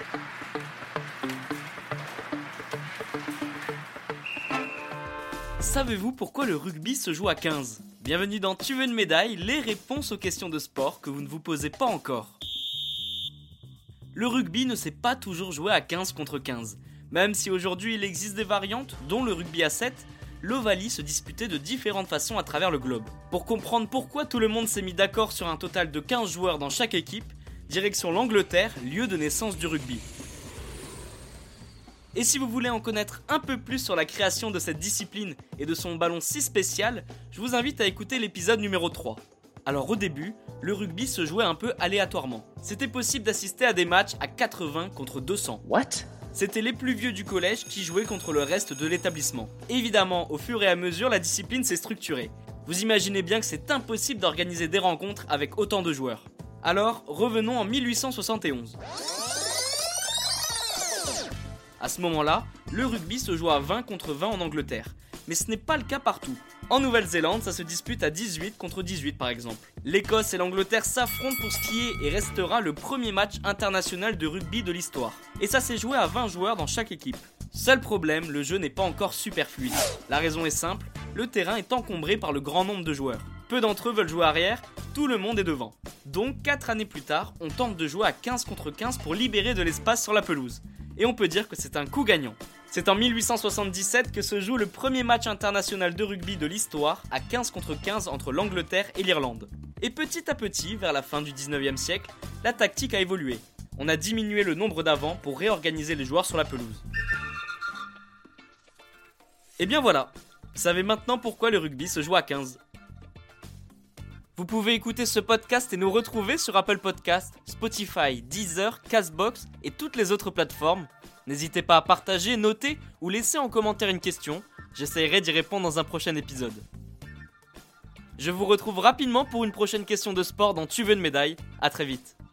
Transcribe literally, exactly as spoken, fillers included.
Savez-vous pourquoi le rugby se joue à quinze ? Bienvenue dans Tu veux une médaille, les réponses aux questions de sport que vous ne vous posez pas encore. Le rugby ne s'est pas toujours joué à quinze contre quinze. Même si aujourd'hui il existe des variantes, dont le rugby à sept, l'Ovalie se disputait de différentes façons à travers le globe. Pour comprendre pourquoi tout le monde s'est mis d'accord sur un total de quinze joueurs dans chaque équipe, direction l'Angleterre, lieu de naissance du rugby. Et si vous voulez en connaître un peu plus sur la création de cette discipline et de son ballon si spécial, je vous invite à écouter l'épisode numéro trois. Alors au début, le rugby se jouait un peu aléatoirement. C'était possible d'assister à des matchs à quatre-vingts contre deux cents. What ? C'était les plus vieux du collège qui jouaient contre le reste de l'établissement. Évidemment, au fur et à mesure, la discipline s'est structurée. Vous imaginez bien que c'est impossible d'organiser des rencontres avec autant de joueurs. Alors, revenons en mille huit cent soixante et onze. À ce moment-là, le rugby se joue à vingt contre vingt en Angleterre, mais ce n'est pas le cas partout. En Nouvelle-Zélande, ça se dispute à dix-huit contre dix-huit par exemple. L'Écosse et l'Angleterre s'affrontent pour ce qui est et restera le premier match international de rugby de l'histoire. Et ça s'est joué à vingt joueurs dans chaque équipe. Seul problème, le jeu n'est pas encore super fluide. La raison est simple, le terrain est encombré par le grand nombre de joueurs. Peu d'entre eux veulent jouer arrière, tout le monde est devant. Donc quatre années plus tard, on tente de jouer à quinze contre quinze pour libérer de l'espace sur la pelouse. Et on peut dire que c'est un coup gagnant. C'est en mille huit cent soixante-dix-sept que se joue le premier match international de rugby de l'histoire à quinze contre quinze entre l'Angleterre et l'Irlande. Et petit à petit, vers la fin du dix-neuvième siècle, la tactique a évolué. On a diminué le nombre d'avants pour réorganiser les joueurs sur la pelouse. Et bien voilà, vous savez maintenant pourquoi le rugby se joue à quinze. Vous pouvez écouter ce podcast et nous retrouver sur Apple Podcasts, Spotify, Deezer, Castbox et toutes les autres plateformes. N'hésitez pas à partager, noter ou laisser en commentaire une question. J'essaierai d'y répondre dans un prochain épisode. Je vous retrouve rapidement pour une prochaine question de sport dans Tu veux une médaille. À très vite.